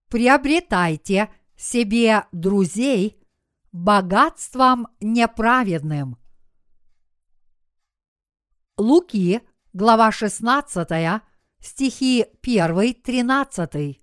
приобретайте себе друзей богатством неправедным. Луки, глава 16, стихи 1-13.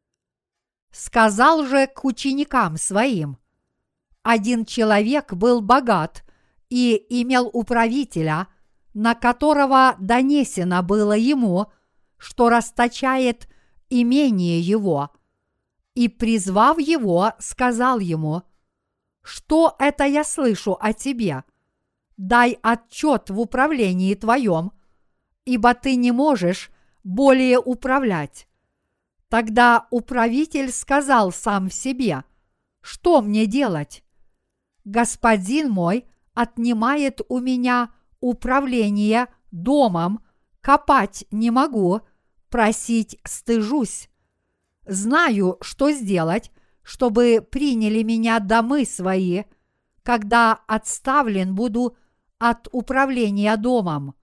Сказал же к ученикам своим: один человек был богат и имел управителя, на которого донесено было ему, что расточает имение его, и, призвав его, сказал ему: что это я слышу о тебе? Дай отчет в управлении твоем, ибо ты не можешь более управлять. Тогда управитель сказал сам в себе: что мне делать? Господин мой отнимает у меня управление домом, копать не могу, просить стыжусь. Знаю, что сделать, чтобы приняли меня домы свои, когда отставлен буду от управления домом.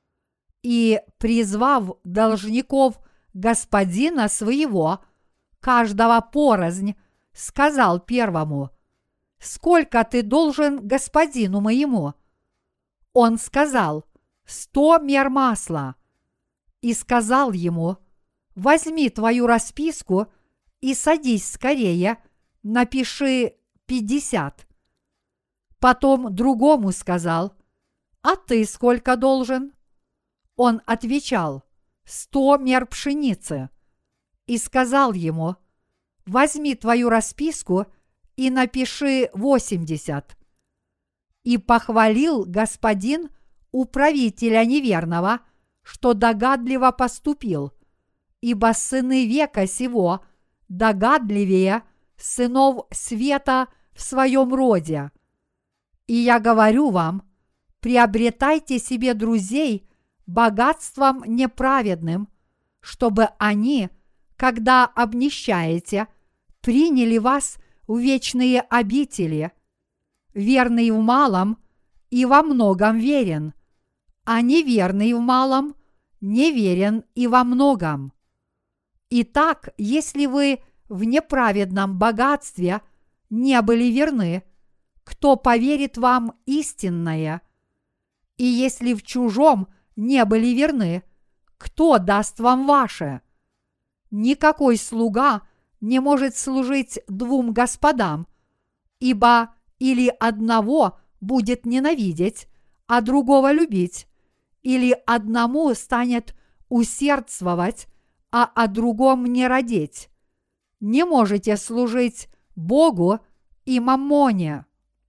И, призвав должников господина своего, каждого порознь, сказал первому: сколько ты должен господину моему? Он сказал: 100 мер масла. И сказал ему: возьми твою расписку и садись скорее, напиши 50. Потом другому сказал: а ты сколько должен? Он отвечал: 100 мер пшеницы. И сказал ему: возьми твою расписку и напиши 80. И похвалил господин управителя неверного, что догадливо поступил, ибо сыны века сего догадливее сынов света в своем роде. И я говорю вам: приобретайте себе друзей богатством неправедным, чтобы они, когда обнищаете, приняли вас в вечные обители. Верный в малом и во многом верен, а неверный в малом неверен и во многом. Итак, если вы в неправедном богатстве не были верны, кто поверит вам истинное? И если в чужом не были верны, кто даст вам ваше? Никакой слуга не может служить двум господам, ибо или одного будет ненавидеть, а другого любить, или одному станет усердствовать, а о другом не радеть. Не можете служить Богу и маммоне.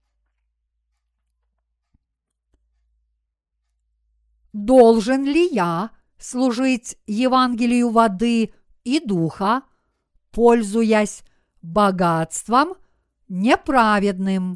Должен ли я служить Евангелию воды и духа, пользуясь богатством неправедным?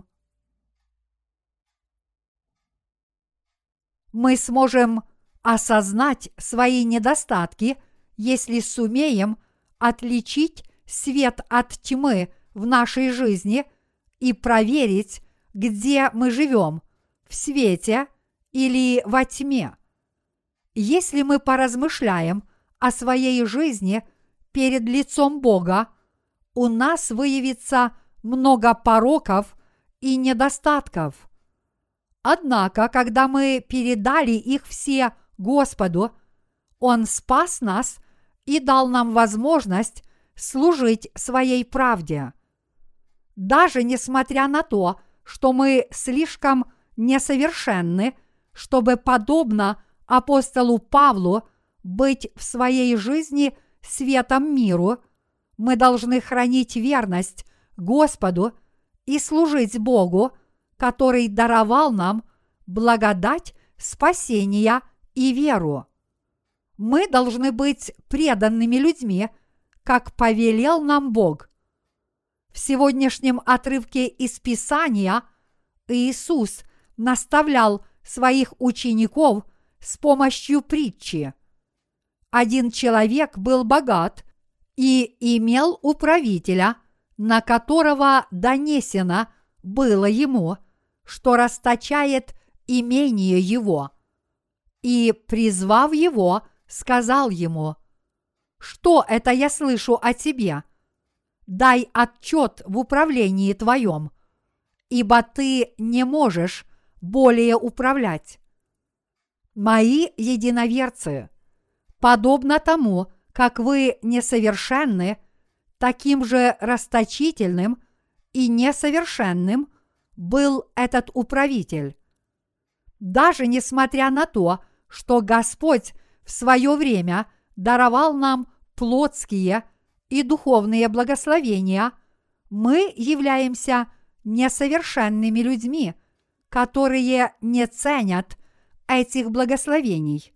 Мы сможем осознать свои недостатки, если сумеем отличить свет от тьмы в нашей жизни и проверить, где мы живем, в свете или во тьме. Если мы поразмышляем о своей жизни перед лицом Бога, у нас выявится много пороков и недостатков. Однако, когда мы передали их все Господу, Он спас нас и дал нам возможность служить своей правде. Даже несмотря на то, что мы слишком несовершенны, чтобы, подобно апостолу Павлу, быть в своей жизни светом миру, мы должны хранить верность Господу и служить Богу, который даровал нам благодать спасения и веру. Мы должны быть преданными людьми, как повелел нам Бог. В сегодняшнем отрывке из Писания Иисус наставлял своих учеников с помощью притчи. Один человек был богат и имел управителя, на которого донесено было ему, что расточает имение его. И, призвав его, сказал ему: что это я слышу о тебе? дай отчет в управлении твоем, ибо ты не можешь более управлять. Мои единоверцы, подобно тому, как вы несовершенны, таким же расточительным и несовершенным был этот управитель. Даже несмотря на то, что Господь в свое время даровал нам плотские и духовные благословения, мы являемся несовершенными людьми, которые не ценят этих благословений.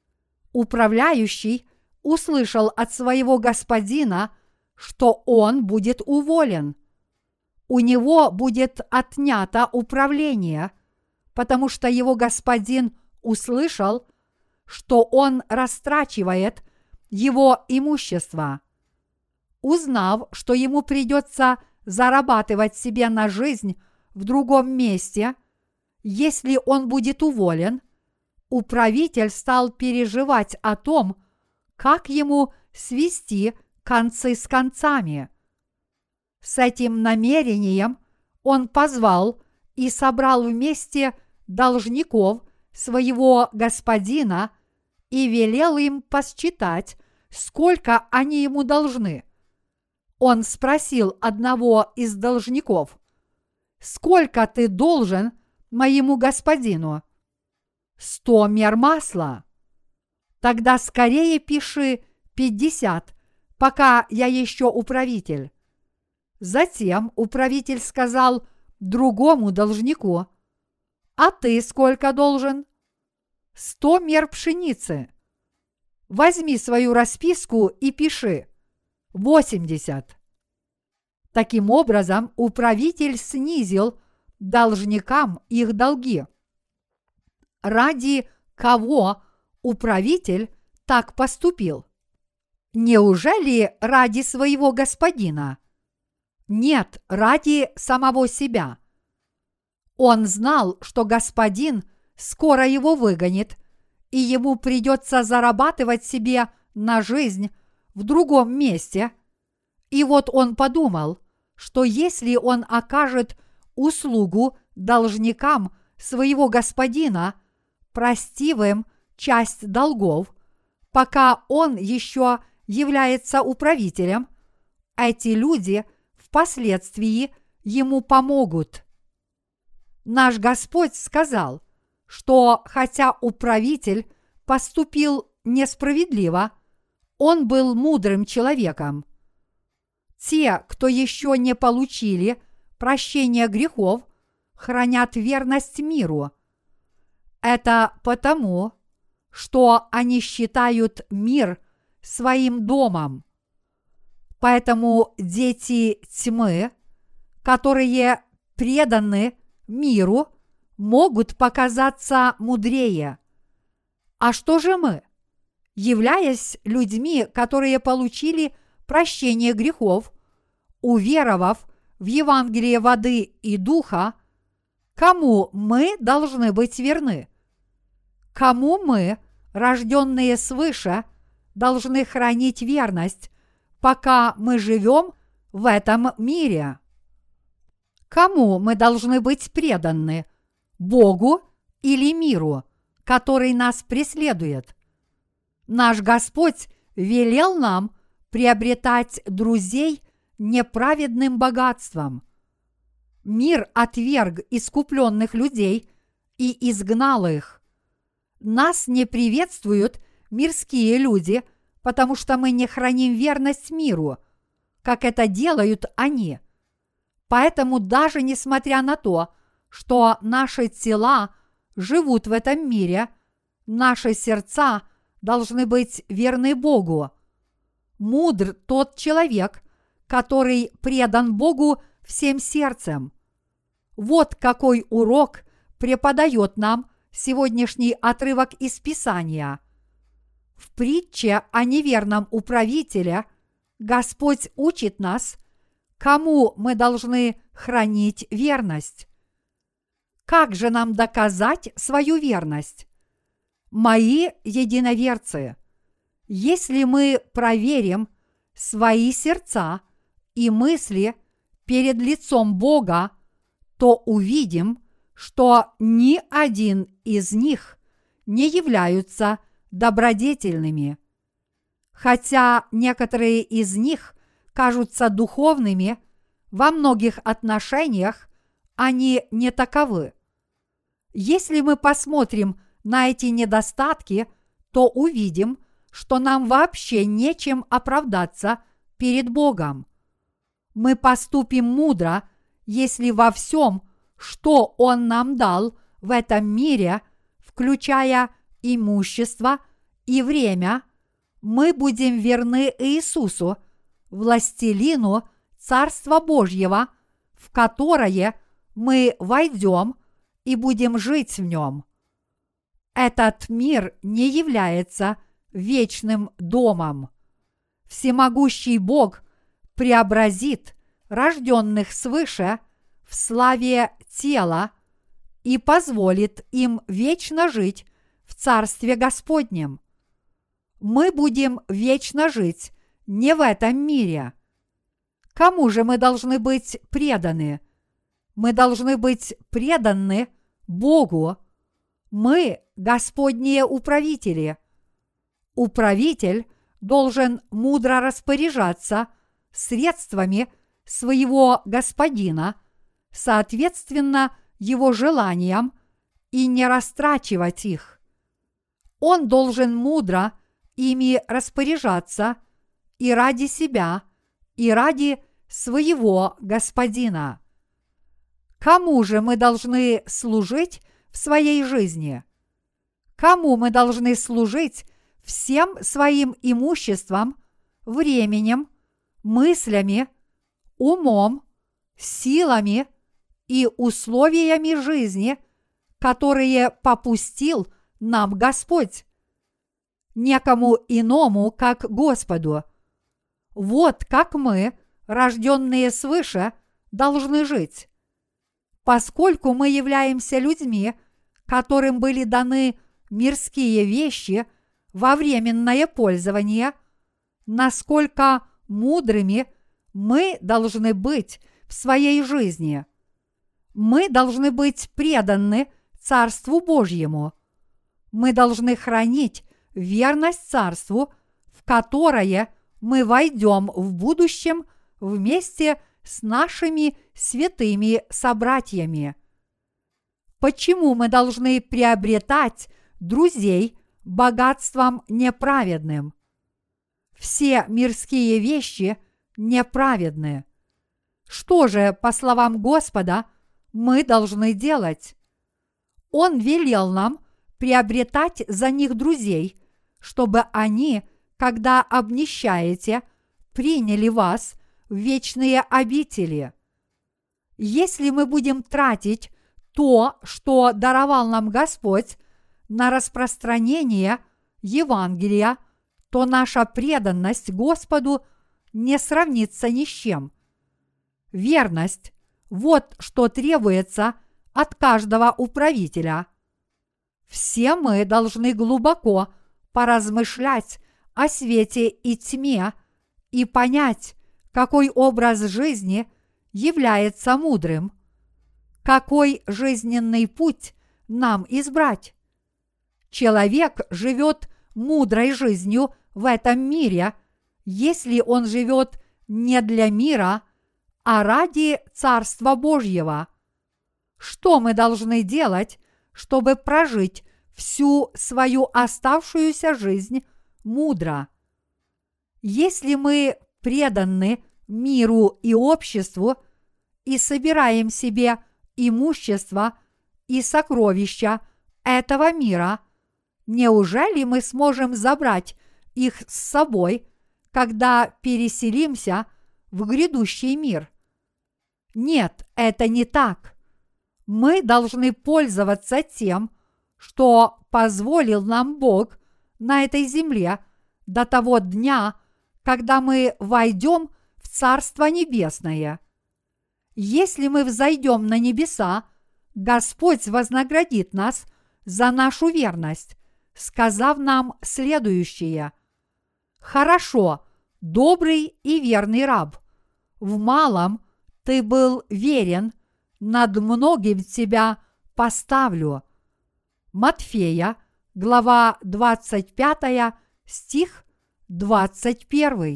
Управляющий услышал от своего господина, что он будет уволен. У него будет отнято управление, потому что его господин услышал, что он растрачивает его имущество. Узнав, что ему придется зарабатывать себе на жизнь в другом месте, если он будет уволен, управитель стал переживать о том, как ему свести концы с концами. С этим намерением он позвал и собрал вместе должников своего господина и велел им посчитать, сколько они ему должны. Он спросил одного из должников: «Сколько ты должен моему господину?» 100 мер масла. Тогда скорее пиши 50, пока я еще управитель. Затем управитель сказал другому должнику: «А ты сколько должен?» 100 мер пшеницы. Возьми свою расписку и пиши 80. Таким образом, управитель снизил должникам их долги. Ради кого управитель так поступил? Неужели ради своего господина? Нет, ради самого себя. Он знал, что господин скоро его выгонит, и ему придется зарабатывать себе на жизнь в другом месте. И вот он подумал, что если он окажет услугу должникам своего господина, простив им часть долгов, пока он еще является управителем, эти люди впоследствии ему помогут. Наш Господь сказал, что хотя управитель поступил несправедливо, он был мудрым человеком. Те, кто еще не получили прощения грехов, хранят верность миру. Это потому, что они считают мир своим домом. Поэтому дети тьмы, которые преданы миру, могут показаться мудрее. А что же мы? Являясь людьми, которые получили прощение грехов, уверовав в Евангелие воды и духа, кому мы должны быть верны? Кому мы, рожденные свыше, должны хранить верность, пока мы живем в этом мире? Кому мы должны быть преданы? Богу или миру, который нас преследует? Наш Господь велел нам приобретать друзей неправедным богатством. Мир отверг искупленных людей и изгнал их. Нас не приветствуют мирские люди, потому что мы не храним верность миру, как это делают они. Поэтому даже несмотря на то, что наши тела живут в этом мире, наши сердца должны быть верны Богу. Мудр тот человек, который предан Богу всем сердцем. Вот какой урок преподает нам сегодняшний отрывок из Писания. В притче о неверном управителе Господь учит нас, кому мы должны хранить верность. Как же нам доказать свою верность? Мои единоверцы, если мы проверим свои сердца и мысли перед лицом Бога, то увидим, что ни один из них не являются добродетельными. Хотя некоторые из них кажутся духовными, во многих отношениях они не таковы. Если мы посмотрим на эти недостатки, то увидим, что нам вообще нечем оправдаться перед Богом. Мы поступим мудро, если во всем, что Он нам дал в этом мире, включая имущество и время, мы будем верны Иисусу, властелину Царства Божьего, в которое мы войдем и будем жить в нем. Этот мир не является вечным домом. Всемогущий Бог преобразит рожденных свыше в славе тела и позволит им вечно жить в Царстве Господнем. Мы будем вечно жить не в этом мире. Кому же мы должны быть преданы? Мы должны быть преданы Богу. Мы – Господние управители. Управитель должен мудро распоряжаться средствами своего господина, соответственно его желаниям, и не растрачивать их. Он должен мудро ими распоряжаться и ради себя, и ради своего господина. Кому же мы должны служить в своей жизни? Кому мы должны служить всем своим имуществом, временем, мыслями, умом, силами и условиями жизни, которые попустил нам Господь? Некому иному, как Господу. Вот как мы, рожденные свыше, должны жить. Поскольку мы являемся людьми, которым были даны мирские вещи во временное пользование, насколько мудрыми мы должны быть в своей жизни. Мы должны быть преданы Царству Божьему. Мы должны хранить верность Царству, в которое мы войдем в будущем вместе с нашими святыми собратьями. Почему мы должны приобретать друзей богатством неправедным? Все мирские вещи неправедны. Что же, по словам Господа, мы должны делать? Он велел нам приобретать за них друзей, чтобы они, когда обнищаете, приняли вас в вечные обители. Если мы будем тратить то, что даровал нам Господь, на распространение Евангелия, то наша преданность Господу не сравнится ни с чем. Верность – вот что требуется от каждого управителя. Все мы должны глубоко поразмышлять о свете и тьме и понять, какой образ жизни является мудрым, какой жизненный путь нам избрать. Человек живет мудрой жизнью в этом мире, если он живет не для мира, а ради Царства Божьего. Что мы должны делать, чтобы прожить всю свою оставшуюся жизнь мудро? Если мы преданы миру и обществу и собираем себе имущество и сокровища этого мира, неужели мы сможем забрать их с собой, когда переселимся в грядущий мир? Нет, это не так. Мы должны пользоваться тем, что позволил нам Бог на этой земле до того дня, когда мы войдем в Царство Небесное. Если мы взойдем на небеса, Господь вознаградит нас за нашу верность, сказав нам следующее: «Хорошо, добрый и верный раб, в малом ты был верен, над многим тебя поставлю. Матфея, глава 25, стих 21.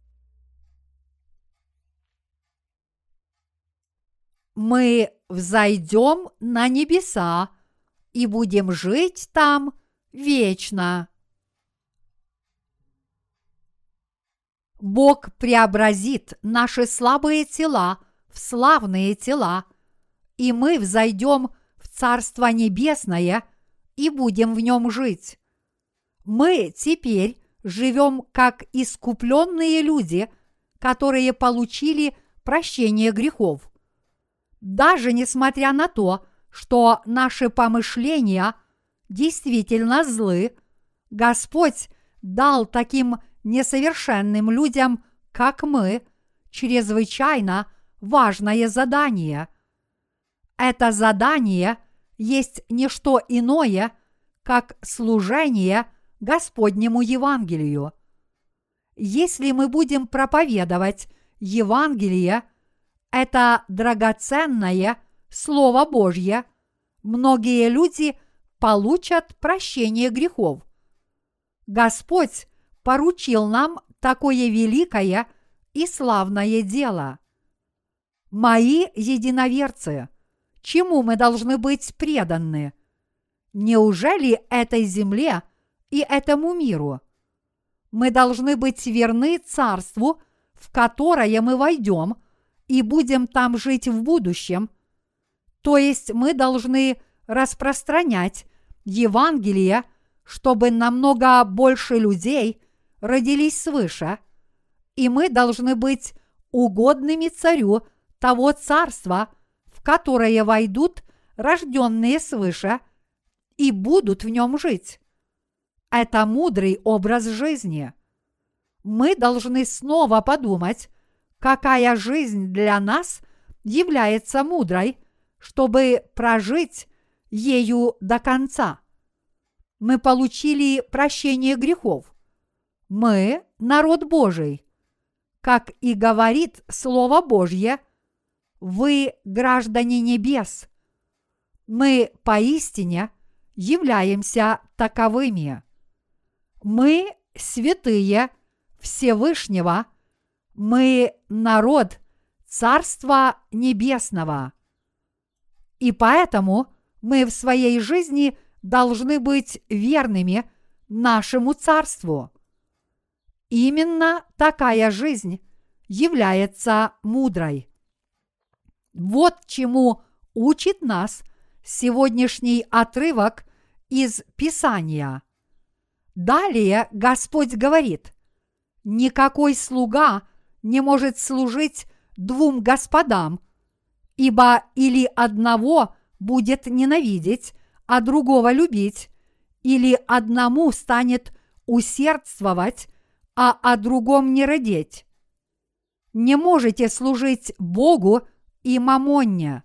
Мы взойдем на небеса и будем жить там вечно. Бог преобразит наши слабые тела в славные тела, и мы взойдем в Царство Небесное и будем в нем жить. Мы теперь живем как искупленные люди, которые получили прощение грехов. Даже несмотря на то, что наши помышления действительно злы, Господь дал таким несовершенным людям, как мы, чрезвычайно важное задание. Это задание есть не что иное, как служение Господнему Евангелию. Если мы будем проповедовать Евангелие, это драгоценное Слово Божье, многие люди получат прощение грехов. Господь поручил нам такое великое и славное дело. Мои единоверцы, чему мы должны быть преданы? Неужели этой земле и этому миру? Мы должны быть верны Царству, в которое мы войдем и будем там жить в будущем. То есть мы должны распространять Евангелие, чтобы намного больше людей родились свыше, и мы должны быть угодными царю того царства, в которое войдут рожденные свыше и будут в нем жить. Это мудрый образ жизни. Мы должны снова подумать, какая жизнь для нас является мудрой, чтобы прожить ею до конца. Мы получили прощение грехов. Мы – народ Божий. Как и говорит Слово Божье, вы – граждане небес. Мы поистине являемся таковыми. Мы – святые Всевышнего, мы – народ Царства Небесного. И поэтому мы в своей жизни должны быть верными нашему Царству. Именно такая жизнь является мудрой. Вот чему учит нас сегодняшний отрывок из Писания. Далее Господь говорит: «Никакой слуга не может служить двум господам, ибо или одного будет ненавидеть, а другого любить, или одному станет усердствовать, а о другом не радеть. Не можете служить Богу и мамонне».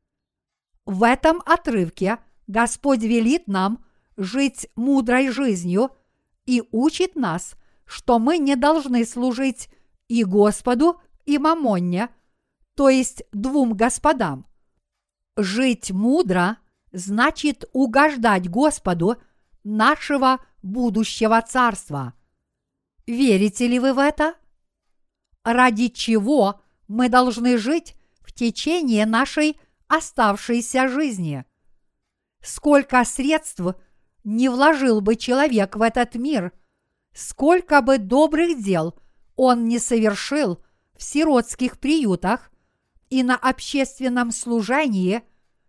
В этом отрывке Господь велит нам жить мудрой жизнью и учит нас, что мы не должны служить и Господу, и мамонне, то есть двум господам. Жить мудро значит угождать Господу нашего будущего царства. Верите ли вы в это? Ради чего мы должны жить в течение нашей оставшейся жизни? Сколько средств не вложил бы человек в этот мир, сколько бы добрых дел он не совершил в сиротских приютах и на общественном служении,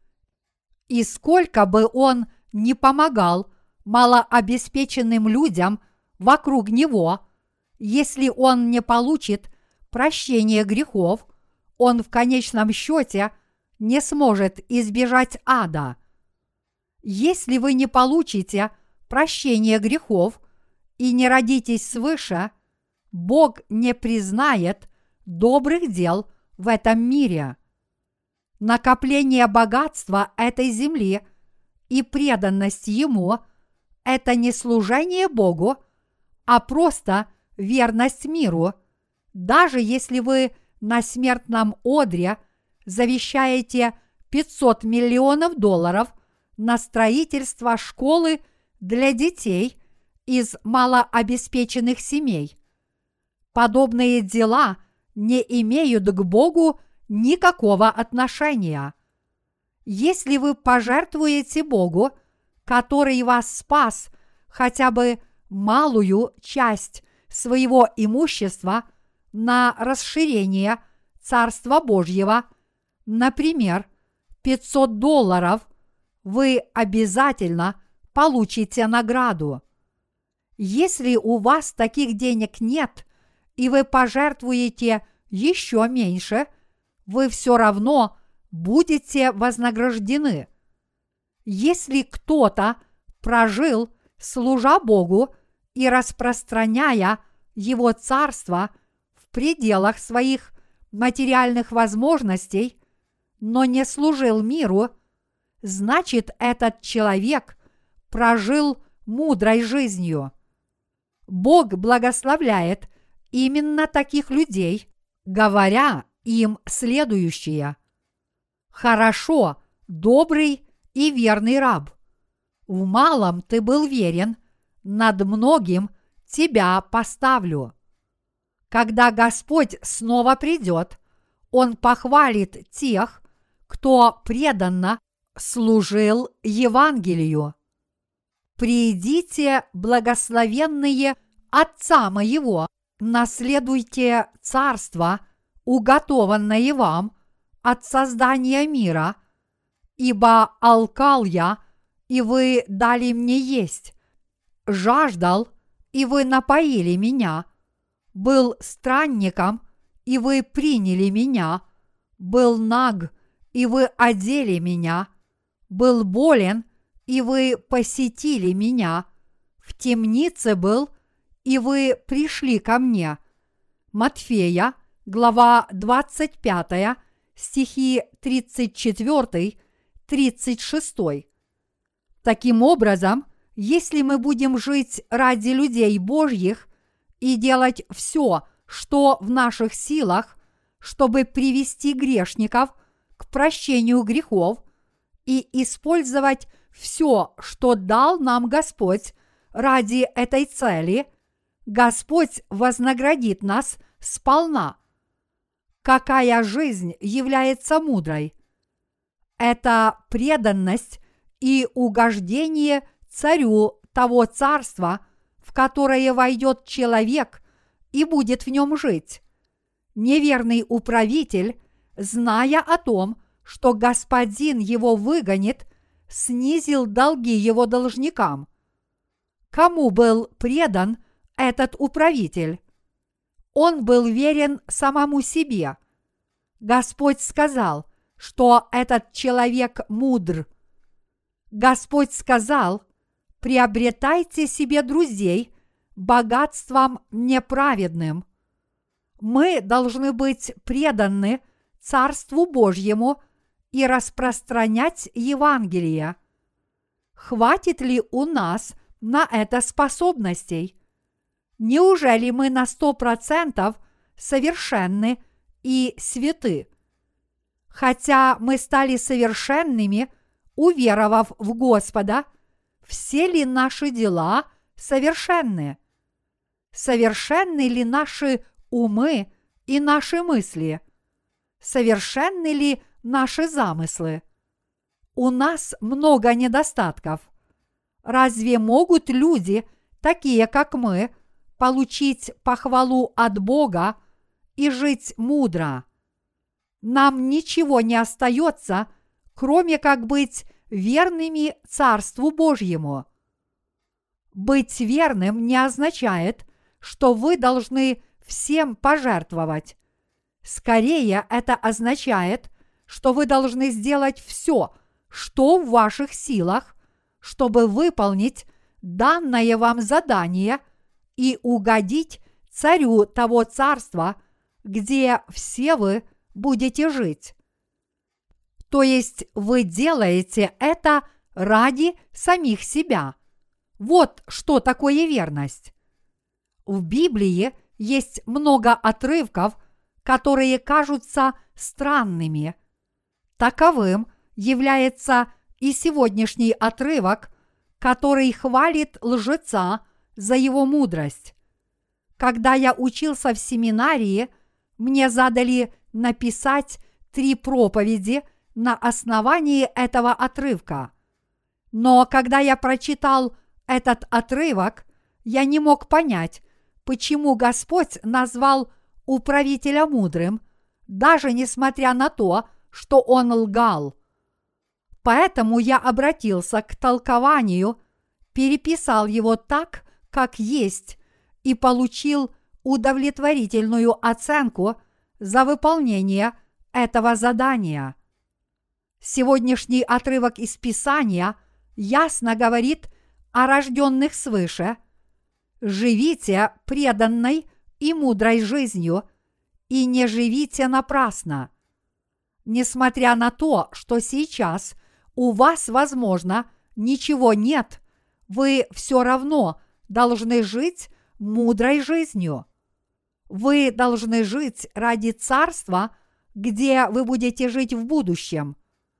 и сколько бы он не помогал малообеспеченным людям вокруг него, если он не получит прощение грехов, он в конечном счете не сможет избежать ада. Если вы не получите прощение грехов и не родитесь свыше, Бог не признает добрых дел в этом мире. Накопление богатства этой земли и преданность Ему – это не служение Богу, а просто верность миру, даже если вы на смертном одре завещаете $500 миллионов на строительство школы для детей из малообеспеченных семей. Подобные дела не имеют к Богу никакого отношения. Если вы пожертвуете Богу, который вас спас, хотя бы малую часть своего имущества на расширение Царства Божьего, например, $500, вы обязательно получите награду. Если у вас таких денег нет, и вы пожертвуете еще меньше, вы все равно будете вознаграждены. Если кто-то прожил, служа Богу и распространяя Его царство в пределах своих материальных возможностей, но не служил миру, значит, этот человек прожил мудрой жизнью. Бог благословляет именно таких людей, говоря им следующее: «Хорошо, добрый и верный раб, в малом ты был верен, над многим тебя поставлю». Когда Господь снова придет, Он похвалит тех, кто преданно служил Евангелию. «Придите, благословенные Отца моего, наследуйте царство, уготованное вам от создания мира, ибо алкал я, и вы дали мне есть, жаждал, и вы напоили меня, был странником, и вы приняли меня, был наг, и вы одели меня, был болен, и вы посетили меня, в темнице был, и вы пришли ко мне». Матфея, глава 25, стихи 34-36. Таким образом, если мы будем жить ради людей Божьих и делать все, что в наших силах, чтобы привести грешников к прощению грехов, и использовать все, что дал нам Господь ради этой цели, Господь вознаградит нас сполна. Какая жизнь является мудрой? Это преданность и угождение царю того царства, в которое войдет человек и будет в нем жить. Неверный управитель, зная о том, что господин его выгонит, снизил долги его должникам. Кому был предан этот управитель? Он был верен самому себе. Господь сказал, что этот человек мудр. Господь сказал: «Приобретайте себе друзей богатством неправедным». Мы должны быть преданы Царству Божьему и распространять Евангелие. Хватит ли у нас на это способностей? Неужели мы на 100% совершенны и святы? Хотя мы стали совершенными, уверовав в Господа, все ли наши дела совершенны? Совершенны ли наши умы и наши мысли? Совершенны ли наши замыслы? У нас много недостатков. Разве могут люди, такие как мы, получить похвалу от Бога и жить мудро? Нам ничего не остается, кроме как быть верными Царству Божьему. Быть верным не означает, что вы должны всем пожертвовать. Скорее, это означает, что вы должны сделать все, что в ваших силах, чтобы выполнить данное вам задание и угодить царю того царства, где все вы будете жить. То есть вы делаете это ради самих себя. Вот что такое верность. В Библии есть много отрывков, которые кажутся странными. Таковым является и сегодняшний отрывок, который хвалит лжеца за его мудрость. Когда я учился в семинарии, мне задали написать 3 проповеди на основании этого отрывка. Но когда я прочитал этот отрывок, я не мог понять, почему Господь назвал управителя мудрым, даже несмотря на то, что он лгал. Поэтому я обратился к толкованию, переписал его так, как есть, и получил удовлетворительную оценку за выполнение этого задания. Сегодняшний отрывок из Писания ясно говорит о рожденных свыше. Живите преданной и мудрой жизнью и не живите напрасно. Несмотря на то, что сейчас у вас, возможно, ничего нет, вы все равно должны жить мудрой жизнью. Вы должны жить ради царства, где вы будете жить в будущем.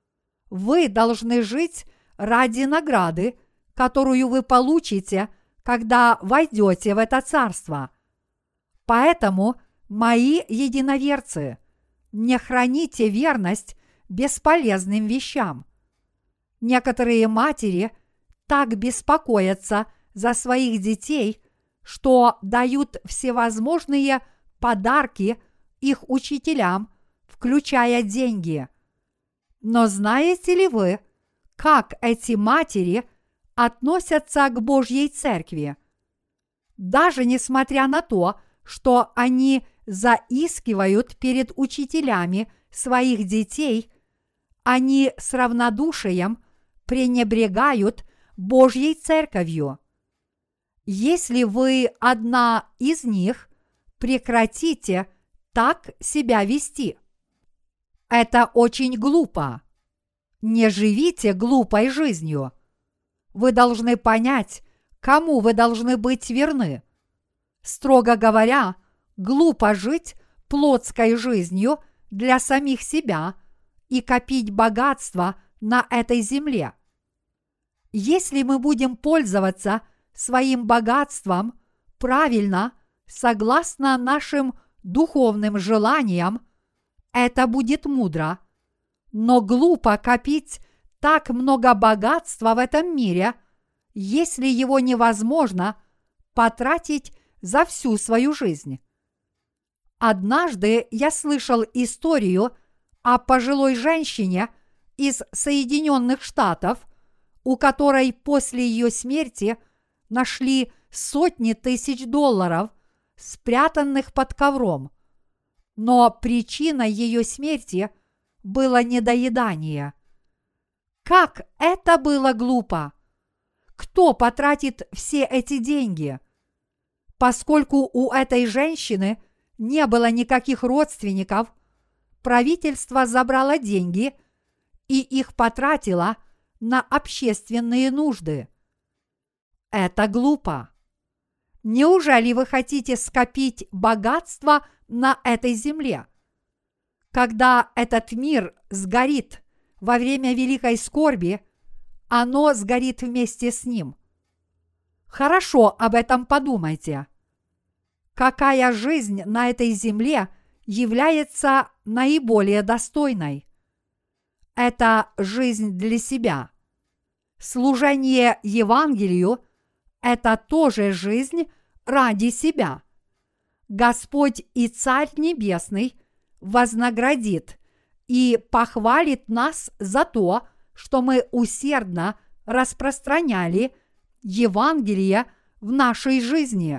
Вы должны жить ради награды, которую вы получите, когда войдете в это царство. Поэтому, мои единоверцы, не храните верность бесполезным вещам. Некоторые матери так беспокоятся за своих детей, что дают всевозможные подарки их учителям, включая деньги. Но знаете ли вы, как эти матери относятся к Божьей Церкви? Даже несмотря на то, что они заискивают перед учителями своих детей, они с равнодушием пренебрегают Божьей Церковью. Если вы одна из них, прекратите так себя вести. Это очень глупо. Не живите глупой жизнью. Вы должны понять, кому вы должны быть верны. Строго говоря, глупо жить плотской жизнью для самих себя и копить богатство на этой земле. Если мы будем пользоваться своим богатством правильно, согласно нашим духовным желаниям, это будет мудро. Но глупо копить так много богатства в этом мире, если его невозможно потратить за всю свою жизнь. Однажды я слышал историю о пожилой женщине из Соединенных Штатов, у которой после ее смерти нашли сотни тысяч долларов, спрятанных под ковром. Но причиной ее смерти было недоедание. Как это было глупо! Кто потратит все эти деньги? Поскольку у этой женщины не было никаких родственников, правительство забрало деньги и их потратило на общественные нужды. Это глупо. Неужели вы хотите скопить богатство на этой земле? Когда этот мир сгорит во время великой скорби, оно сгорит вместе с ним. Хорошо об этом подумайте. Какая жизнь на этой земле является наиболее достойной? Это жизнь для себя. Служение Евангелию – это тоже жизнь ради себя. Господь и Царь Небесный вознаградит и похвалит нас за то, что мы усердно распространяли Евангелие в нашей жизни.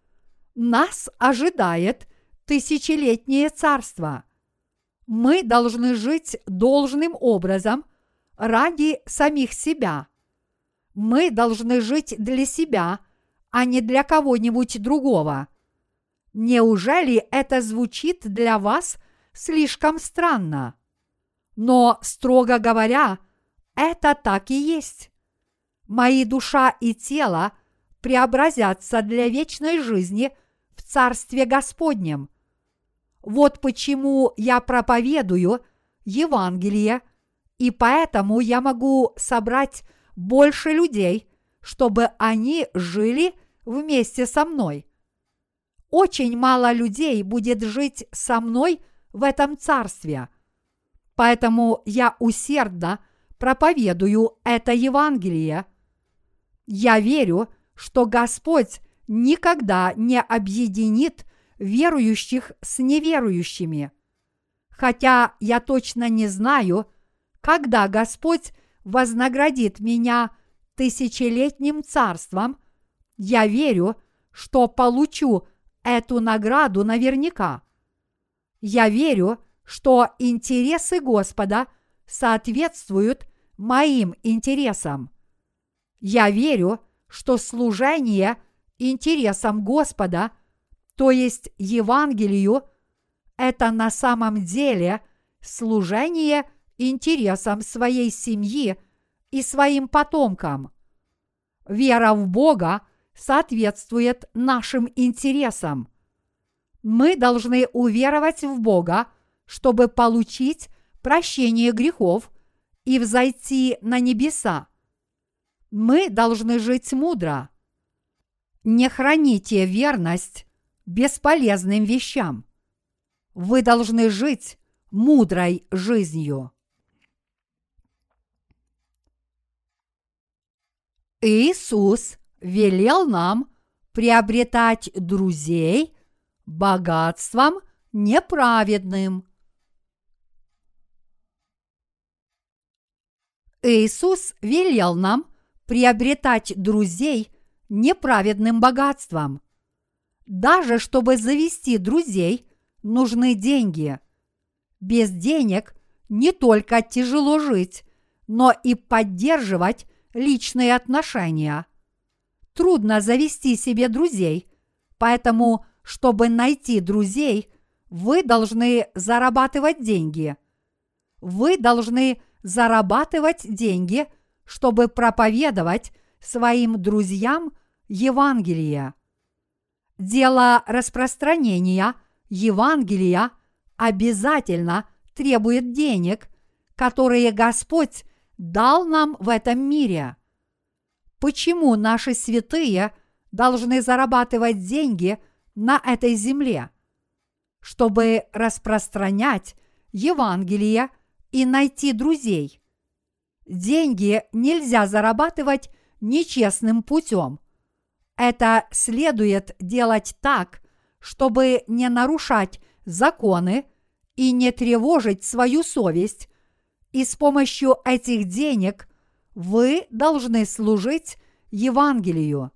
Нас ожидает тысячелетнее царство. Мы должны жить должным образом ради самих себя. Мы должны жить для себя, а не для кого-нибудь другого. Неужели это звучит для вас слишком странно? Но, строго говоря, это так и есть. Мои душа и тело преобразятся для вечной жизни в Царстве Господнем. Вот почему я проповедую Евангелие, и поэтому я могу собрать больше людей, чтобы они жили вместе со мной. Очень мало людей будет жить со мной в этом царстве. Поэтому я усердно проповедую это Евангелие. Я верю, что Господь никогда не объединит верующих с неверующими. Хотя я точно не знаю, когда Господь вознаградит меня тысячелетним царством, я верю, что получу эту награду наверняка. Я верю, что интересы Господа соответствуют моим интересам. Я верю, что служение интересам Господа, то есть Евангелию, это на самом деле служение интересам своей семьи и своим потомкам. Вера в Бога соответствует нашим интересам. Мы должны уверовать в Бога, чтобы получить прощение грехов и взойти на небеса. Мы должны жить мудро. Не храните верность бесполезным вещам. Вы должны жить мудрой жизнью. Иисус велел нам приобретать друзей богатством неправедным. Иисус велел нам приобретать друзей неправедным богатством. Даже чтобы завести друзей, нужны деньги. Без денег не только тяжело жить, но и поддерживать личные отношения. Трудно завести себе друзей, поэтому, чтобы найти друзей, вы должны зарабатывать деньги. Вы должны зарабатывать деньги, чтобы проповедовать своим друзьям Евангелие. Дело распространения Евангелия обязательно требует денег, которые Господь дал нам в этом мире. Почему наши святые должны зарабатывать деньги на этой земле? Чтобы распространять Евангелие и найти друзей. Деньги нельзя зарабатывать нечестным путем. Это следует делать так, чтобы не нарушать законы и не тревожить свою совесть, и с помощью этих денег вы должны служить Евангелию.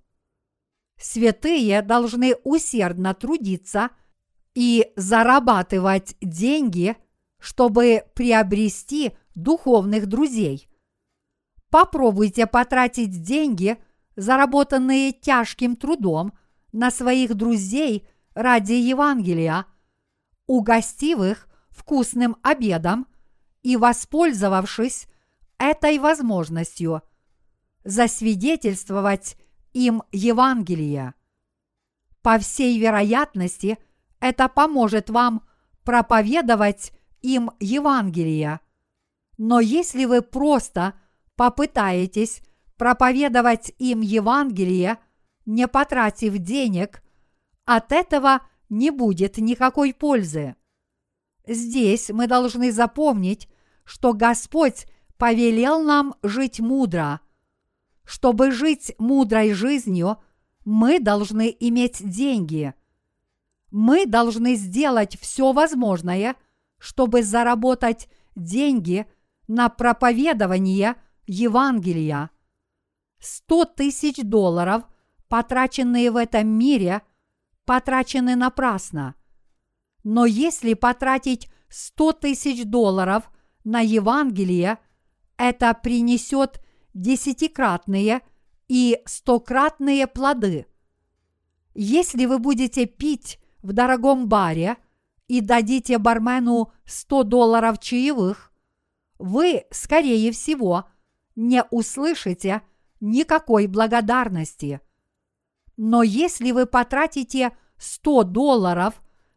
Святые должны усердно трудиться и зарабатывать деньги, чтобы приобрести духовных друзей. Попробуйте потратить деньги, заработанные тяжким трудом, на своих друзей ради Евангелия, угостив их вкусным обедом и воспользовавшись этой возможностью засвидетельствовать им Евангелие. По всей вероятности, это поможет вам проповедовать им Евангелие. Но если вы просто попытаетесь проповедовать им Евангелие, не потратив денег, от этого не будет никакой пользы. Здесь мы должны запомнить, что Господь повелел нам жить мудро. Чтобы жить мудрой жизнью, мы должны иметь деньги. Мы должны сделать все возможное, чтобы заработать деньги на проповедование Евангелия. 100 тысяч долларов, потраченные в этом мире, потрачены напрасно. Но если потратить 100 тысяч долларов на Евангелие, это принесет десятикратные и стократные плоды. Если вы будете пить в дорогом баре и дадите бармену 100 долларов чаевых, вы, скорее всего, не услышите никакой благодарности. Но если вы потратите 100 долларов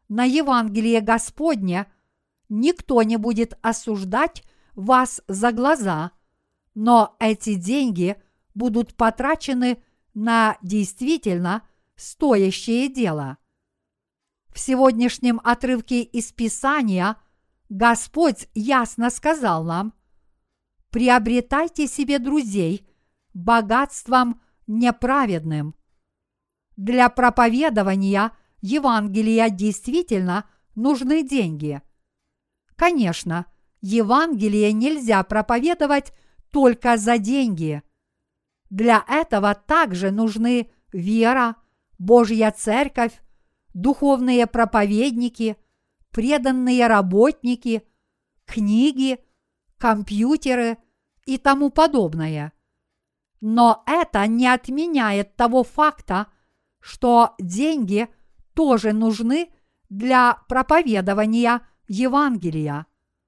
на Евангелие Господне, никто не будет осуждать вас за глаза, но эти деньги будут потрачены на действительно стоящее дело. В сегодняшнем отрывке из Писания Господь ясно сказал нам: «Приобретайте себе друзей богатством неправедным». Для проповедования Евангелия действительно нужны деньги. Конечно, Евангелие нельзя проповедовать только за деньги. Для этого также нужны вера, Божья церковь, духовные проповедники, преданные работники, книги, компьютеры и тому подобное. Но это не отменяет того факта, что деньги тоже нужны для проповедования Евангелия.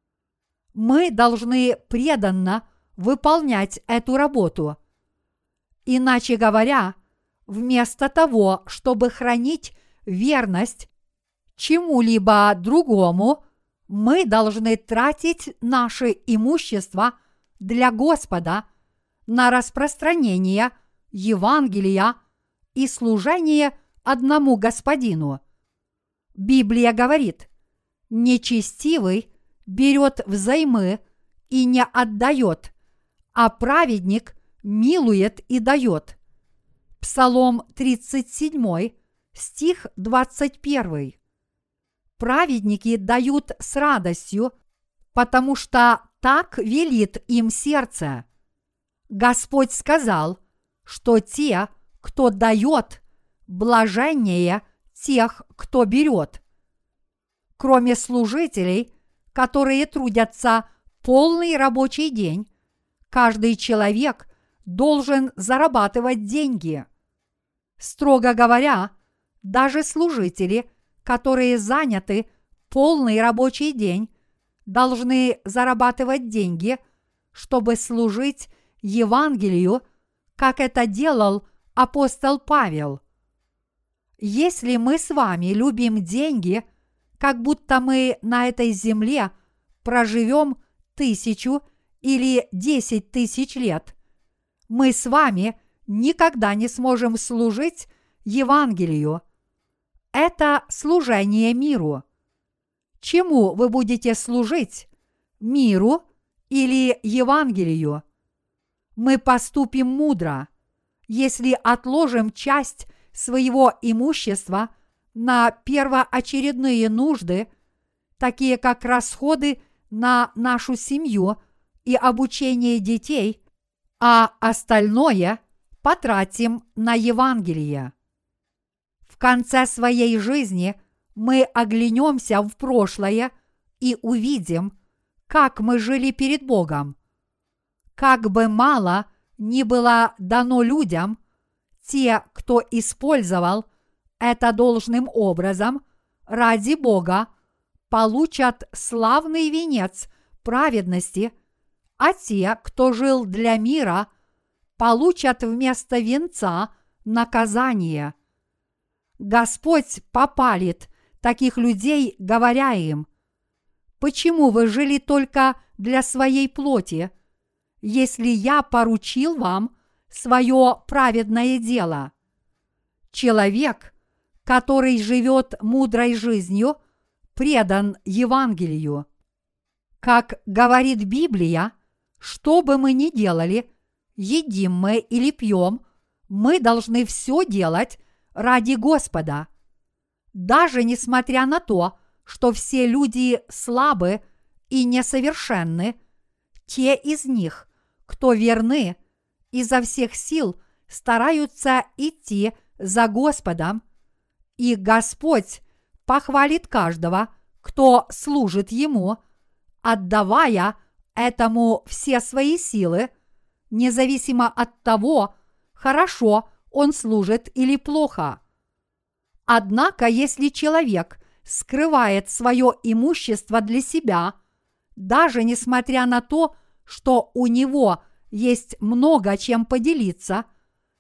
Мы должны преданно выполнять эту работу. Иначе говоря, вместо того, чтобы хранить верность чему-либо другому, мы должны тратить наше имущество для Господа на распространение Евангелия и служение одному Господину. Библия говорит: «Нечестивый берет взаймы и не отдает, а праведник милует и дает». Псалом 37, стих 21. Праведники дают с радостью, потому что так велит им сердце. Господь сказал, что те, кто дает, блаженнее тех, кто берет. Кроме служителей, которые трудятся полный рабочий день, каждый человек должен зарабатывать деньги. Строго говоря, даже служители, которые заняты полный рабочий день, должны зарабатывать деньги, чтобы служить Евангелию, как это делал апостол Павел. Если мы с вами любим деньги, как будто мы на этой земле проживем 1000 или 10 000 лет, мы с вами никогда не сможем служить Евангелию. Это служение миру. Чему вы будете служить? Миру или Евангелию? Мы поступим мудро, если отложим часть своего имущества на первоочередные нужды, такие как расходы на нашу семью и обучение детей, а остальное потратим на Евангелие. В конце своей жизни мы оглянемся в прошлое и увидим, как мы жили перед Богом. Как бы мало ни было дано людям, те, кто использовал это должным образом ради Бога, получат славный венец праведности, а те, кто жил для мира, получат вместо венца наказание. Господь попалит таких людей, говоря им: «Почему вы жили только для своей плоти, если я поручил вам свое праведное дело?» Человек, который живет мудрой жизнью, предан Евангелию. Как говорит Библия, что бы мы ни делали, едим мы или пьем, мы должны все делать ради Господа. Даже несмотря на то, что все люди слабы и несовершенны, те из них, кто верны, изо всех сил стараются идти за Господом, и Господь похвалит каждого, кто служит Ему, отдавая этому все свои силы, независимо от того, хорошо он служит или плохо. Однако, если человек скрывает свое имущество для себя, даже несмотря на то, что у него есть много чем поделиться,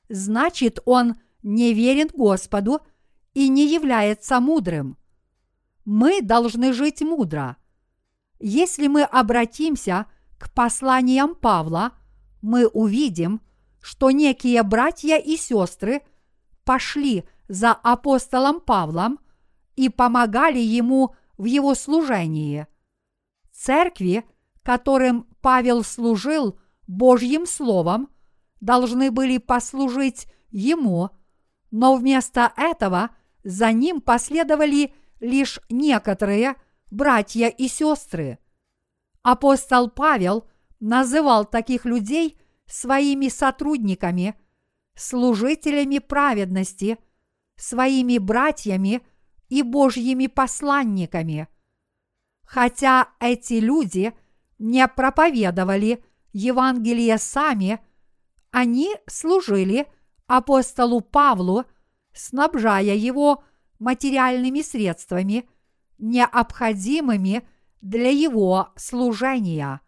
значит, он не верен Господу и не является мудрым. мы должны жить мудро. Если мы обратимся к посланиям Павла, мы увидим, что некие братья и сестры пошли за апостолом Павлом и помогали ему в его служении. Церкви, которым Павел служил Божьим Словом, должны были послужить ему, но вместо этого за ним последовали лишь некоторые братья и сестры. Апостол Павел называл таких людей своими сотрудниками, служителями праведности, своими братьями и Божьими посланниками. Хотя эти люди не проповедовали Евангелие сами, они служили апостолу Павлу, снабжая его материальными средствами, необходимыми для его служения.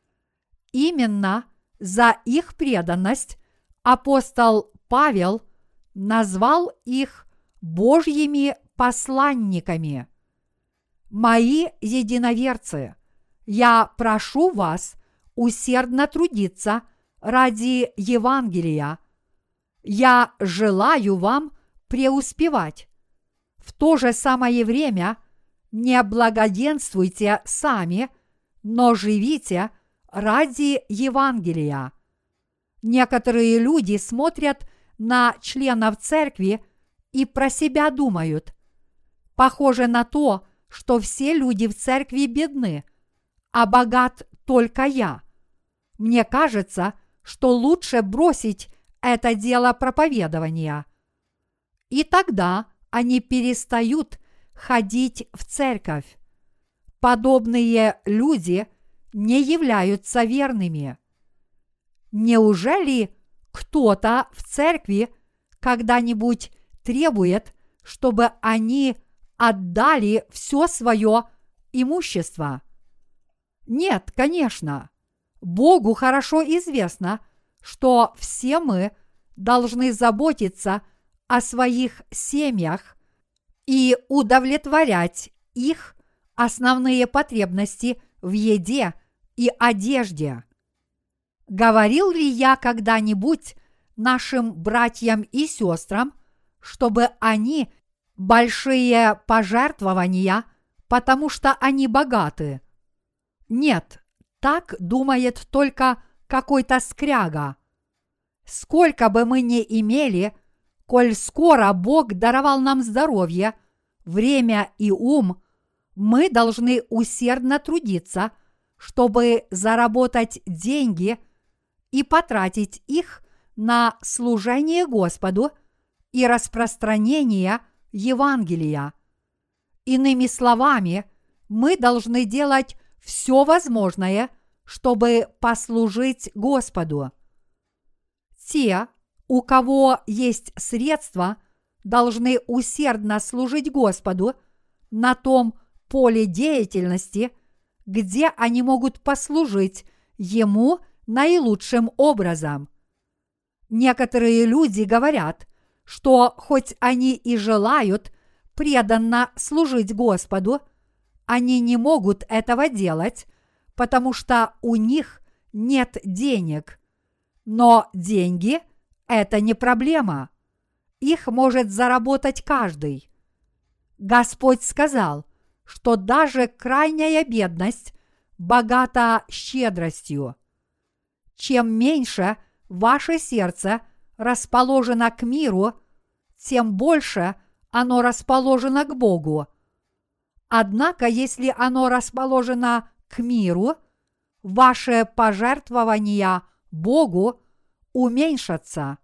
Именно за их преданность апостол Павел назвал их Божьими посланниками. Мои единоверцы, я прошу вас усердно трудиться ради Евангелия. Я желаю вам преуспевать. В то же самое время не благоденствуйте сами, но живите ради Евангелия. Некоторые люди смотрят на членов церкви и про себя думают: похоже на то, что все люди в церкви бедны, а богат только я. Мне кажется, что лучше бросить это дело проповедования. И тогда они перестают ходить в церковь. Подобные люди не являются верными. Неужели кто-то в церкви когда-нибудь требует, чтобы они отдали все свое имущество? Нет, конечно. Богу хорошо известно, что все мы должны заботиться о своих семьях и удовлетворять их основные потребности в еде и одежде. Говорил ли я когда-нибудь нашим братьям и сестрам, чтобы они большие пожертвования, потому что они богаты? Нет, так думает только какой-то скряга. Сколько бы мы ни имели, коль скоро Бог даровал нам здоровье, время и ум, мы должны усердно трудиться, чтобы заработать деньги и потратить их на служение Господу и распространение Евангелия. Иными словами, мы должны делать все возможное, чтобы послужить Господу. Те, у кого есть средства, должны усердно служить Господу на том поле деятельности, где они могут послужить Ему наилучшим образом. Некоторые люди говорят, что хоть они и желают преданно служить Господу, они не могут этого делать, потому что у них нет денег. Но деньги – это не проблема. Их может заработать каждый. Господь сказал, что даже крайняя бедность богата щедростью. Чем меньше ваше сердце расположено к миру, тем больше оно расположено к Богу. Однако, если оно расположено к миру, ваши пожертвования Богу уменьшатся.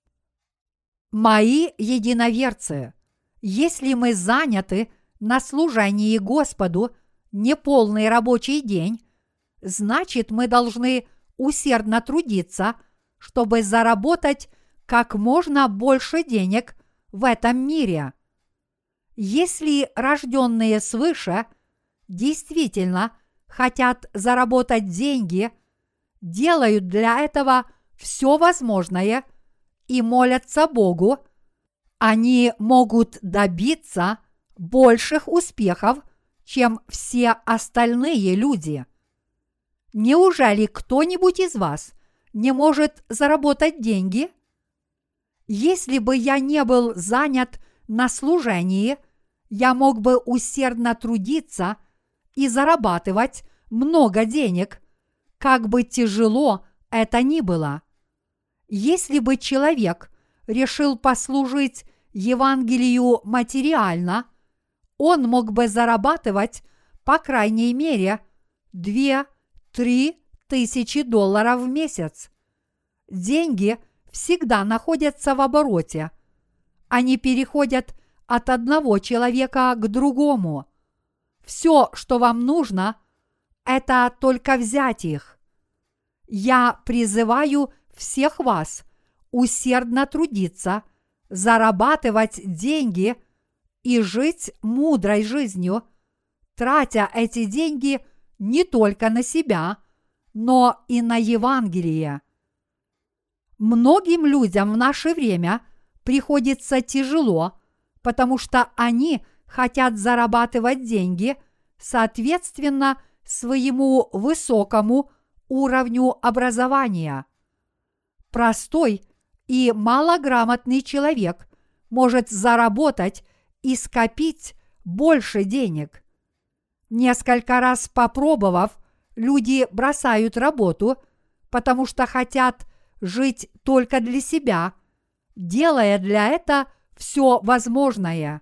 Мои единоверцы, если мы заняты на служении Господу неполный рабочий день, значит, мы должны усердно трудиться, чтобы заработать как можно больше денег в этом мире. Если рожденные свыше действительно хотят заработать деньги, делают для этого все возможное и молятся Богу, они могут добиться больших успехов, чем все остальные люди. Неужели кто-нибудь из вас не может заработать деньги? Если бы я не был занят на служении, я мог бы усердно трудиться и зарабатывать много денег, как бы тяжело это ни было. Если бы человек решил послужить Евангелию материально, он мог бы зарабатывать по крайней мере 2-3 тысячи долларов в месяц. Деньги всегда находятся в обороте. Они переходят от одного человека к другому. Все, что вам нужно, это только взять их. Я призываю всех вас усердно трудиться, зарабатывать деньги и жить мудрой жизнью, тратя эти деньги не только на себя, но и на Евангелие. Многим людям в наше время приходится тяжело, потому что они хотят зарабатывать деньги соответственно своему высокому уровню образования. Простой и малограмотный человек может заработать и скопить больше денег. Несколько раз попробовав, люди бросают работу, потому что хотят жить только для себя, делая для этого все возможное.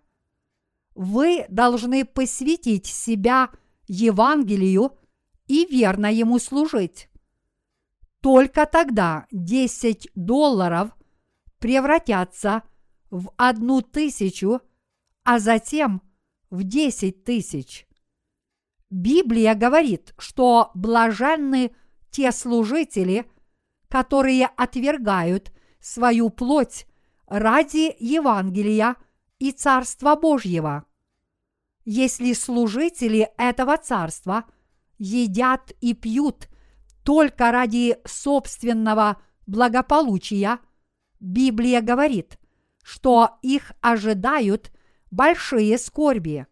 Вы должны посвятить себя Евангелию и верно ему служить. Только тогда 10 долларов превратятся в 1000, а затем в 10 тысяч. Библия говорит, что блаженны те служители, которые отвергают свою плоть ради Евангелия и Царства Божьего. Если служители этого царства едят и пьют только ради собственного благополучия, Библия говорит, что их ожидают большие скорби.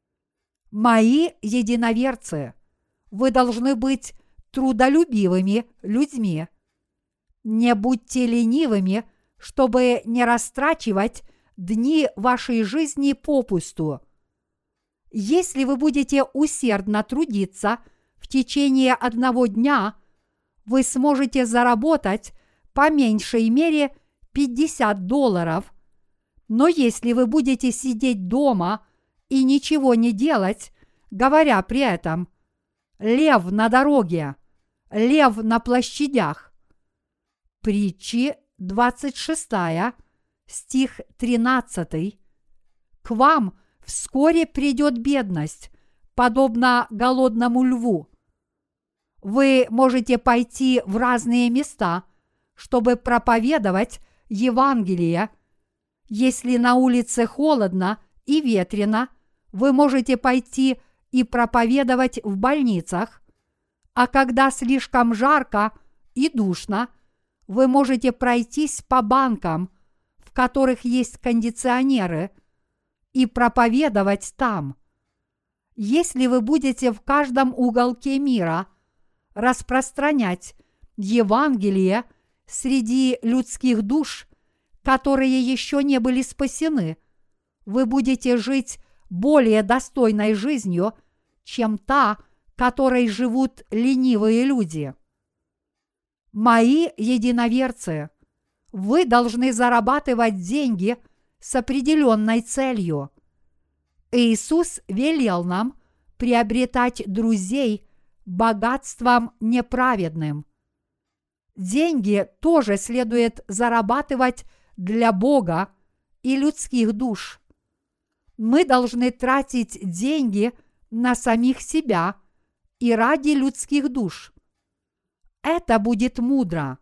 Мои единоверцы, вы должны быть трудолюбивыми людьми. Не будьте ленивыми, чтобы не растрачивать дни вашей жизни попусту. Если вы будете усердно трудиться в течение одного дня, вы сможете заработать по меньшей мере 50 долларов. Но если вы будете сидеть дома и ничего не делать, говоря при этом «лев на дороге», «лев на площадях», Притчи 26, стих 13, к вам вскоре придет бедность, подобно голодному льву. Вы можете пойти в разные места, чтобы проповедовать Евангелие. Если на улице холодно и ветрено, вы можете пойти и проповедовать в больницах, а когда слишком жарко и душно, вы можете пройтись по банкам, в которых есть кондиционеры, и проповедовать там. Если вы будете в каждом уголке мира распространять Евангелие среди людских душ, которые еще не были спасены, вы будете жить более достойной жизнью, чем та, которой живут ленивые люди. Мои единоверцы, вы должны зарабатывать деньги с определенной целью. Иисус велел нам приобретать друзей богатством неправедным. Деньги тоже следует зарабатывать для Бога и людских душ. Мы должны тратить деньги на самих себя и ради людских душ. Это будет мудро.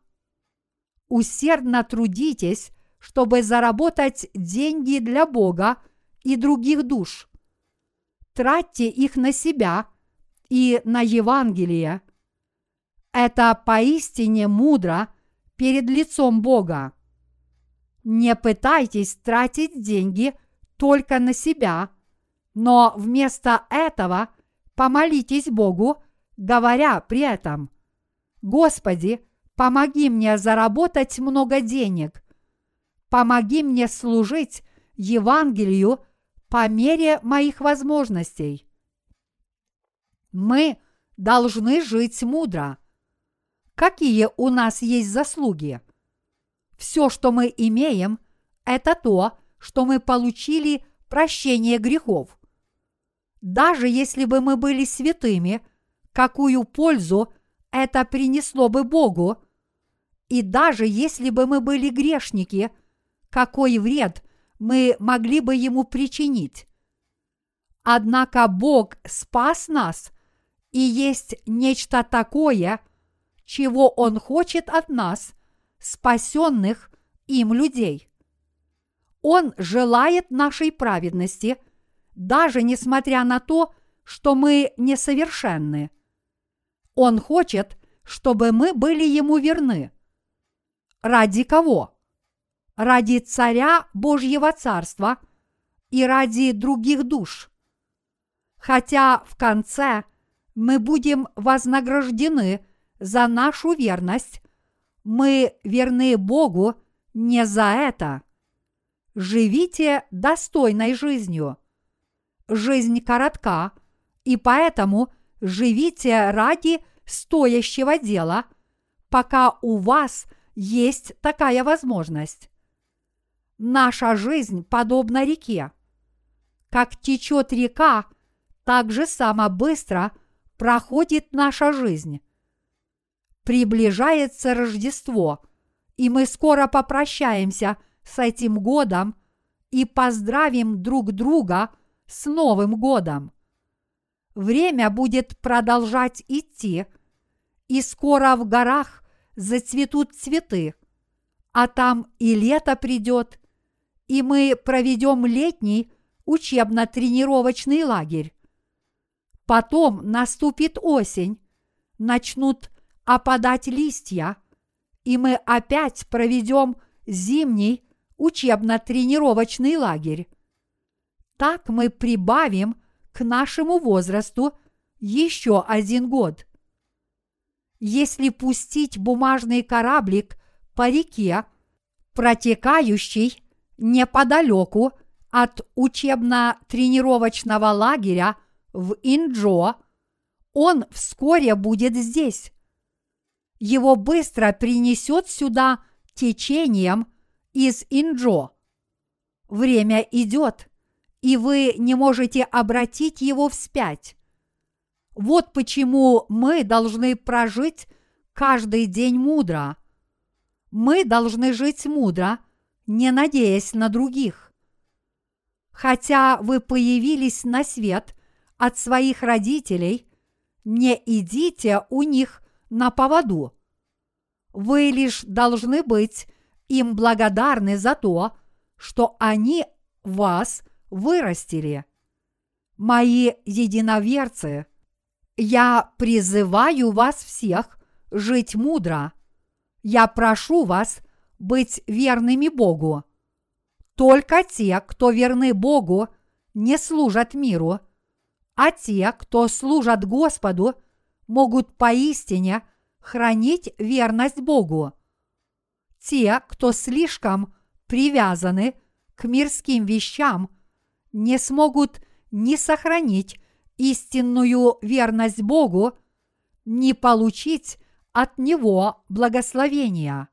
Усердно трудитесь, чтобы заработать деньги для Бога и других душ. Тратьте их на себя и на Евангелие. Это поистине мудро перед лицом Бога. Не пытайтесь тратить деньги только на себя, Но вместо этого помолитесь Богу, говоря при этом: «Господи, помоги мне заработать много денег, помоги мне служить Евангелию по мере моих возможностей». Мы должны жить мудро. Какие у нас есть заслуги? Все, что мы имеем, это то, что мы получили прощение грехов. Даже если бы мы были святыми, какую пользу это принесло бы Богу? И даже если бы мы были грешники, какой вред мы могли бы Ему причинить? Однако Бог спас нас, и есть нечто такое, чего Он хочет от нас, спасенных им людей. Он желает нашей праведности, даже несмотря на то, что мы несовершенны. Он хочет, чтобы мы были Ему верны. Ради кого? Ради Царя Божьего Царства и ради других душ. Хотя в конце мы будем вознаграждены за нашу верность, мы верны Богу не за это. Живите достойной жизнью. Жизнь коротка, и поэтому живите ради стоящего дела, пока у вас есть такая возможность. Наша жизнь подобна реке. Как течет река, так же само быстро проходит наша жизнь. Приближается Рождество, и мы скоро попрощаемся с этим годом и поздравим друг друга с Новым годом. Время будет продолжать идти, и скоро в горах зацветут цветы, а там и лето придет, и мы проведем летний учебно-тренировочный лагерь. Потом наступит осень, начнут опадать листья, и мы опять проведем зимний учебно-тренировочный лагерь. Так мы прибавим к нашему возрасту еще 1 год. Если пустить бумажный кораблик по реке, протекающей неподалеку от учебно-тренировочного лагеря в Инджо, он вскоре будет здесь. Его быстро принесет сюда течением из Инджо. Время идет, и вы не можете обратить его вспять. Вот почему мы должны прожить каждый день мудро. Мы должны жить мудро, не надеясь на других. Хотя вы появились на свет от своих родителей, не идите у них на поводу. Вы лишь должны быть им благодарны за то, что они вас вырастили. Мои единоверцы, я призываю вас всех жить мудро. Я прошу вас быть верными Богу. Только те, кто верны Богу, не служат миру, а те, кто служат Господу, могут поистине хранить верность Богу. Те, кто слишком привязаны к мирским вещам, не смогут ни сохранить истинную верность Богу, ни получить от Него благословения.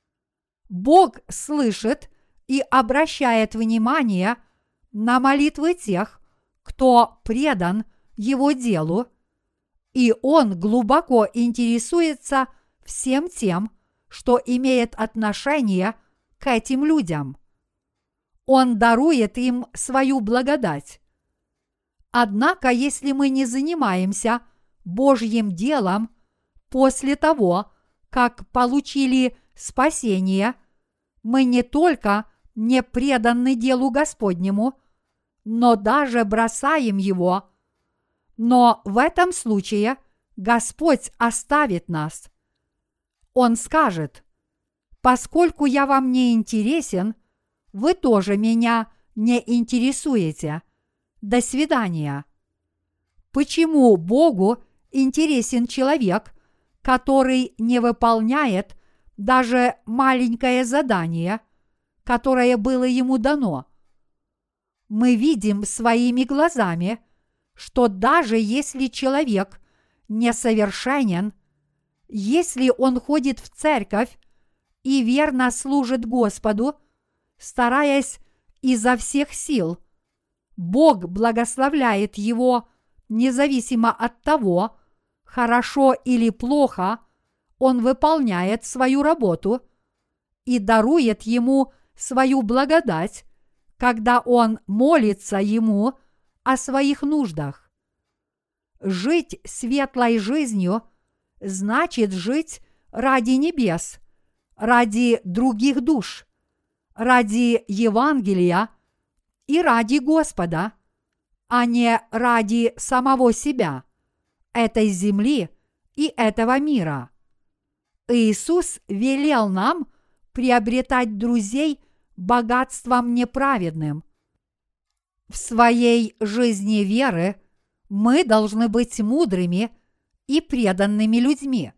Бог слышит и обращает внимание на молитвы тех, кто предан Его делу, и Он глубоко интересуется всем тем, что имеет отношение к этим людям. Он дарует им свою благодать. Однако, если мы не занимаемся Божьим делом после того, как получили спасение, мы не только не преданы делу Господнему, но даже бросаем его. Но в этом случае Господь оставит нас. Он скажет: «Поскольку я вам не интересен, вы тоже меня не интересуете. До свидания. Почему Богу интересен человек, который не выполняет даже маленькое задание, которое было ему дано? Мы видим своими глазами, что даже если человек несовершенен, если он ходит в церковь и верно служит Господу, стараясь изо всех сил, Бог благословляет его независимо от того, хорошо или плохо он выполняет свою работу, и дарует ему свою благодать, когда он молится ему о своих нуждах. Жить светлой жизнью значит жить ради небес, ради других душ, ради Евангелия и ради Господа, а не ради самого себя, этой земли и этого мира. Иисус велел нам приобретать друзей богатством неправедным. В своей жизни веры мы должны быть мудрыми и преданными людьми.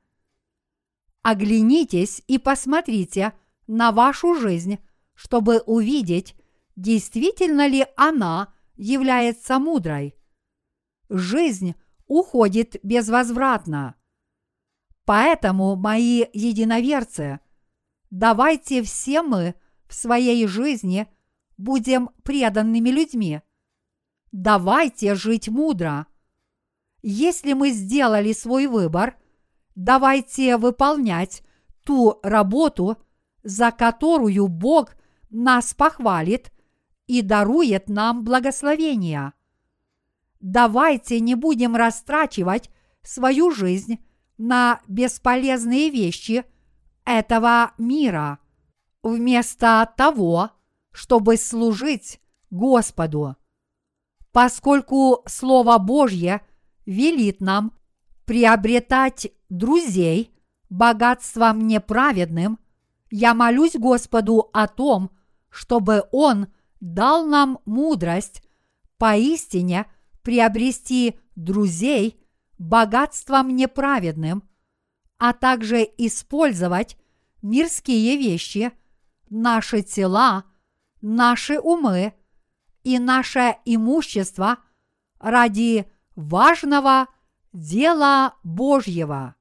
Оглянитесь и посмотрите на вашу жизнь, чтобы увидеть, действительно ли она является мудрой. Жизнь уходит безвозвратно. Поэтому, мои единоверцы, давайте все мы в своей жизни будем преданными людьми. Давайте жить мудро. Если мы сделали свой выбор, давайте выполнять ту работу, за которую Бог нас похвалит и дарует нам благословения. Давайте не будем растрачивать свою жизнь на бесполезные вещи этого мира, вместо того, чтобы служить Господу. Поскольку Слово Божье велит нам приобретать друзей богатством неправедным, я молюсь Господу о том, чтобы Он дал нам мудрость поистине приобрести друзей богатством неправедным, а также использовать мирские вещи, наши тела, наши умы и наше имущество ради важного дела Божьего.